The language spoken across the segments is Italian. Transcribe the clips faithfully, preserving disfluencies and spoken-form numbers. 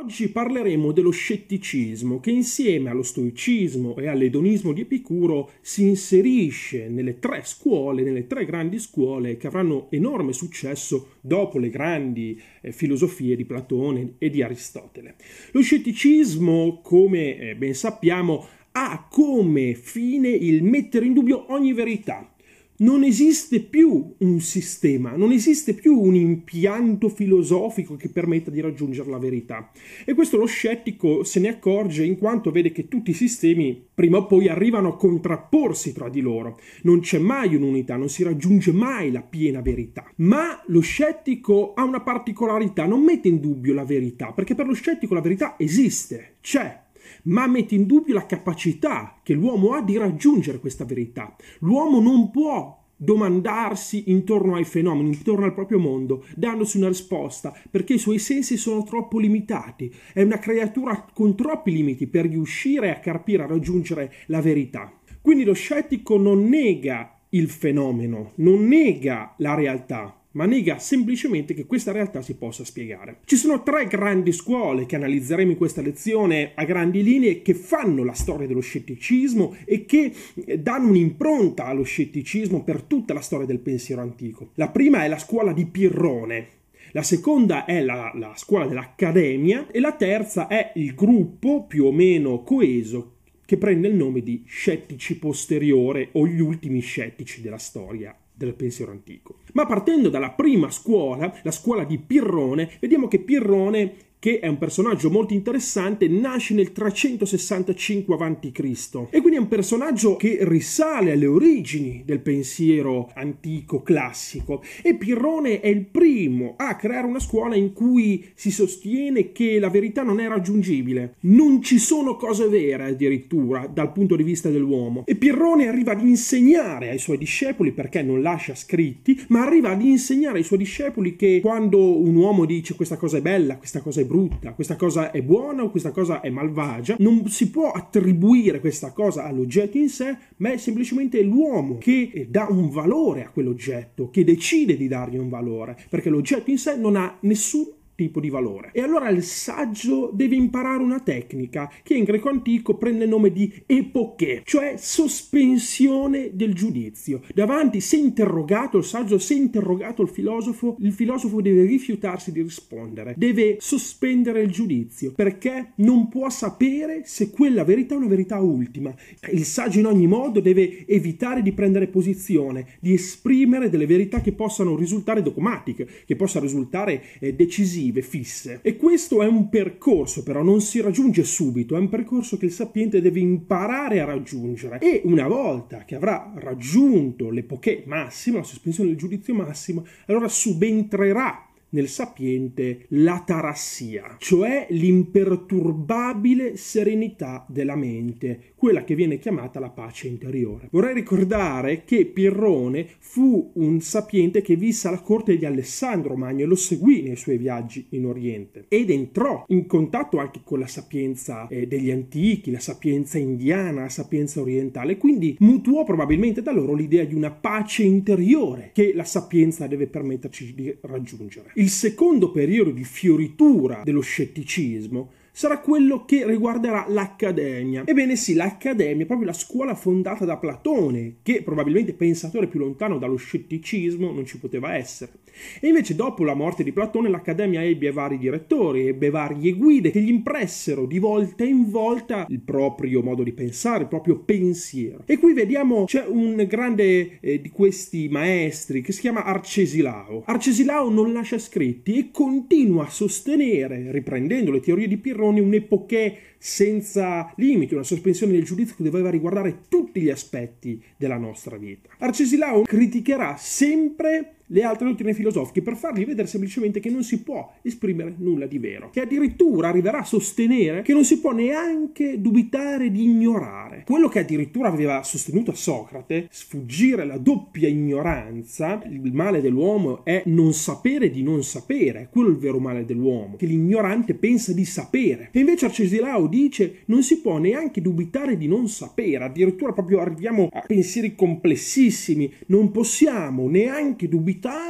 Oggi parleremo dello scetticismo che insieme allo stoicismo e all'edonismo di Epicuro si inserisce nelle tre scuole, nelle tre grandi scuole che avranno enorme successo dopo le grandi eh, filosofie di Platone e di Aristotele. Lo scetticismo, come eh, ben sappiamo, ha come fine il mettere in dubbio ogni verità. Non esiste più un sistema, non esiste più un impianto filosofico che permetta di raggiungere la verità. E questo lo scettico se ne accorge in quanto vede che tutti i sistemi prima o poi arrivano a contrapporsi tra di loro. Non c'è mai un'unità, non si raggiunge mai la piena verità. Ma lo scettico ha una particolarità, non mette in dubbio la verità, perché per lo scettico la verità esiste, c'è. Ma mette in dubbio la capacità che l'uomo ha di raggiungere questa verità. L'uomo non può domandarsi intorno ai fenomeni, intorno al proprio mondo, dandosi una risposta, perché i suoi sensi sono troppo limitati. È una creatura con troppi limiti per riuscire a carpire, a raggiungere la verità. Quindi lo scettico non nega il fenomeno, non nega la realtà, ma nega semplicemente che questa realtà si possa spiegare. Ci sono tre grandi scuole che analizzeremo in questa lezione a grandi linee, che fanno la storia dello scetticismo e che danno un'impronta allo scetticismo per tutta la storia del pensiero antico. La prima è la scuola di Pirrone, la seconda è la, la scuola dell'Accademia e la terza è il gruppo più o meno coeso che prende il nome di scettici posteriore o gli ultimi scettici della storia del pensiero antico. Ma partendo dalla prima scuola, la scuola di Pirrone, vediamo che Pirrone, che è un personaggio molto interessante, nasce nel trecentosessantacinque avanti Cristo e quindi è un personaggio che risale alle origini del pensiero antico classico, e Pirrone è il primo a creare una scuola in cui si sostiene che la verità non è raggiungibile, non ci sono cose vere addirittura dal punto di vista dell'uomo, e Pirrone arriva ad insegnare ai suoi discepoli, perché non lascia scritti, ma arriva ad insegnare ai suoi discepoli che quando un uomo dice questa cosa è bella, questa cosa è brutta, questa cosa è buona o questa cosa è malvagia, non si può attribuire questa cosa all'oggetto in sé, ma è semplicemente l'uomo che dà un valore a quell'oggetto, che decide di dargli un valore, perché l'oggetto in sé non ha nessun tipo di valore. E allora il saggio deve imparare una tecnica che in greco antico prende il nome di epoché, cioè sospensione del giudizio. Davanti, se interrogato il saggio, se interrogato il filosofo, il filosofo deve rifiutarsi di rispondere, deve sospendere il giudizio, perché non può sapere se quella verità è una verità ultima. Il saggio in ogni modo deve evitare di prendere posizione, di esprimere delle verità che possano risultare dogmatiche, che possano risultare eh, decisive, fisse. E questo è un percorso, però non si raggiunge subito, è un percorso che il sapiente deve imparare a raggiungere, e una volta che avrà raggiunto l'epoché massima, la sospensione del giudizio massimo, allora subentrerà nel sapiente l'atarassia, cioè l'imperturbabile serenità della mente, quella che viene chiamata la pace interiore. Vorrei ricordare che Pirrone fu un sapiente che visse alla corte di Alessandro Magno e lo seguì nei suoi viaggi in Oriente ed entrò in contatto anche con la sapienza eh, degli antichi, la sapienza indiana, la sapienza orientale, quindi mutuò probabilmente da loro l'idea di una pace interiore che la sapienza deve permetterci di raggiungere. Il secondo periodo di fioritura dello scetticismo sarà quello che riguarderà l'Accademia. Ebbene sì, l'Accademia è proprio la scuola fondata da Platone, che probabilmente pensatore più lontano dallo scetticismo non ci poteva essere. E invece dopo la morte di Platone l'Accademia ebbe vari direttori, ebbe varie guide che gli impressero di volta in volta il proprio modo di pensare, il proprio pensiero. E qui vediamo c'è un grande eh, di questi maestri che si chiama Arcesilao. Arcesilao non lascia scritti e continua a sostenere, riprendendo le teorie di Pirrone, un'epoché senza limiti, una sospensione del giudizio che doveva riguardare tutti gli aspetti della nostra vita. Arcesilao criticherà sempre le altre dottrine filosofiche per fargli vedere semplicemente che non si può esprimere nulla di vero, che addirittura arriverà a sostenere che non si può neanche dubitare di ignorare. Quello che addirittura aveva sostenuto a Socrate, sfuggire la doppia ignoranza, il male dell'uomo è non sapere di non sapere, quello è il vero male dell'uomo, che l'ignorante pensa di sapere. E invece Arcesilao dice non si può neanche dubitare di non sapere, addirittura proprio arriviamo a pensieri complessissimi, non possiamo neanche dubitare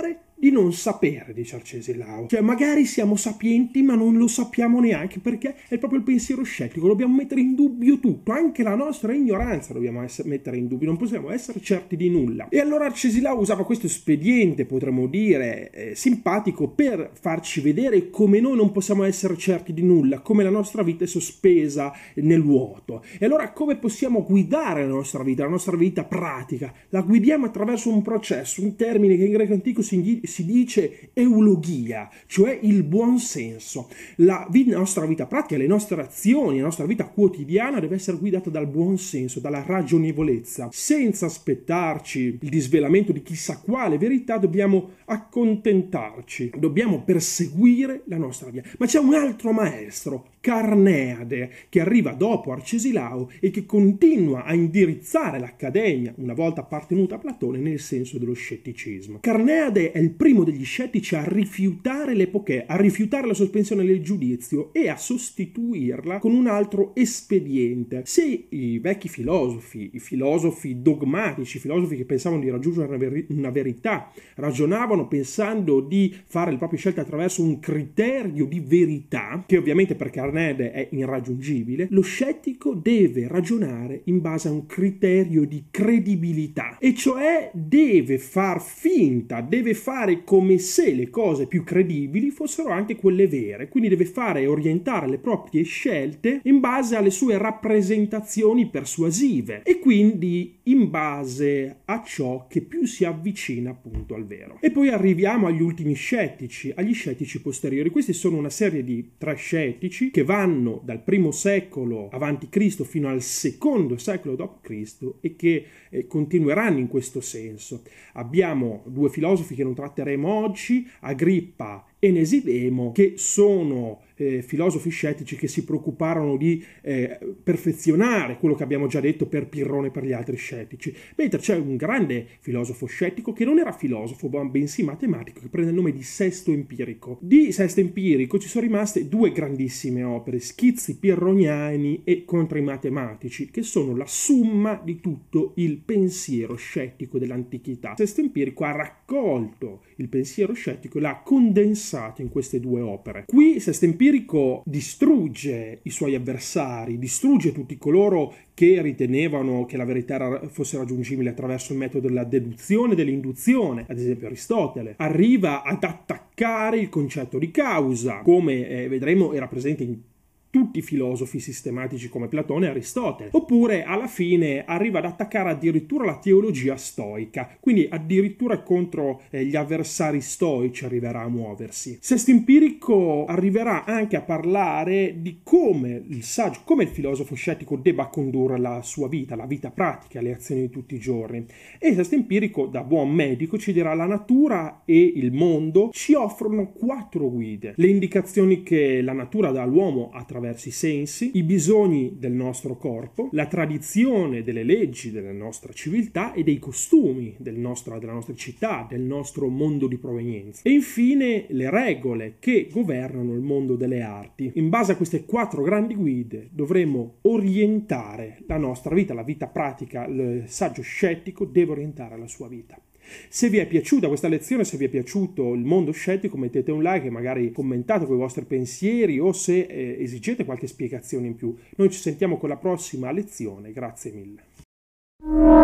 di non sapere, dice Arcesilao. Cioè magari siamo sapienti ma non lo sappiamo neanche, perché è proprio il pensiero scettico, dobbiamo mettere in dubbio tutto, anche la nostra ignoranza dobbiamo essere, mettere in dubbio, non possiamo essere certi di nulla. E allora Arcesilao usava questo espediente, potremmo dire, eh, simpatico, per farci vedere come noi non possiamo essere certi di nulla, come la nostra vita è sospesa nel vuoto. E allora come possiamo guidare la nostra vita, la nostra vita pratica? La guidiamo attraverso un processo, un termine che in greco antico si, si dice eulogia, cioè il buon senso. La vita, nostra vita pratica, le nostre azioni, la nostra vita quotidiana deve essere guidata dal buon senso, dalla ragionevolezza. Senza aspettarci il disvelamento di chissà quale verità, dobbiamo accontentarci, dobbiamo perseguire la nostra via. Ma c'è un altro maestro, Carneade, che arriva dopo Arcesilao e che continua a indirizzare l'Accademia, una volta appartenuta a Platone, nel senso dello scetticismo. Carneade è il primo degli scettici a rifiutare l'epoché, a rifiutare la sospensione del giudizio e a sostituirla con un altro espediente. Se i vecchi filosofi, i filosofi dogmatici, i filosofi che pensavano di raggiungere una, veri- una verità, ragionavano pensando di fare le proprie scelte attraverso un criterio di verità, che ovviamente per Carneade è irraggiungibile, lo scettico deve ragionare in base a un criterio di credibilità, e cioè deve far finta, deve fare come se le cose più credibili fossero anche quelle vere, quindi deve fare e orientare le proprie scelte in base alle sue rappresentazioni persuasive e quindi in base a ciò che più si avvicina appunto al vero. E poi arriviamo agli ultimi scettici, agli scettici posteriori. Questi sono una serie di tre scettici che vanno dal primo secolo avanti Cristo fino al secondo secolo dopo Cristo e che eh, continueranno in questo senso. Abbiamo due filosofi che non tratteremo oggi, Agrippa e Nesidemo, che sono eh, filosofi scettici che si preoccuparono di eh, perfezionare quello che abbiamo già detto per Pirrone e per gli altri scettici. Mentre c'è un grande filosofo scettico che non era filosofo, ma bensì matematico, che prende il nome di Sesto Empirico. Di Sesto Empirico ci sono rimaste due grandissime opere, Schizzi pirroniani e Contro i matematici, che sono la summa di tutto il pensiero scettico dell'antichità. Sesto Empirico ha raccolto il pensiero scettico e l'ha condensato in queste due opere. Qui Sesto Empirico distrugge i suoi avversari, distrugge tutti coloro che ritenevano che la verità fosse raggiungibile attraverso il metodo della deduzione e dell'induzione, ad esempio Aristotele. Arriva ad attaccare il concetto di causa, come eh, vedremo era presente in tutti i filosofi sistematici come Platone e Aristotele, oppure alla fine arriva ad attaccare addirittura la teologia stoica, quindi addirittura contro eh, gli avversari stoici arriverà a muoversi. Sesto Empirico arriverà anche a parlare di come il saggio, come il filosofo scettico debba condurre la sua vita, la vita pratica, le azioni di tutti i giorni. E Sesto Empirico, da buon medico, ci dirà: la natura e il mondo ci offrono quattro guide, le indicazioni che la natura dà all'uomo attraverso attraverso i sensi, i bisogni del nostro corpo, la tradizione delle leggi della nostra civiltà e dei costumi del nostro, della nostra città, del nostro mondo di provenienza. E infine le regole che governano il mondo delle arti. In base a queste quattro grandi guide dovremo orientare la nostra vita, la vita pratica. Il saggio scettico deve orientare la sua vita. Se vi è piaciuta questa lezione, se vi è piaciuto il mondo scettico, mettete un like e magari commentate con i vostri pensieri o se eh, esigete qualche spiegazione in più. Noi ci sentiamo con la prossima lezione, grazie mille.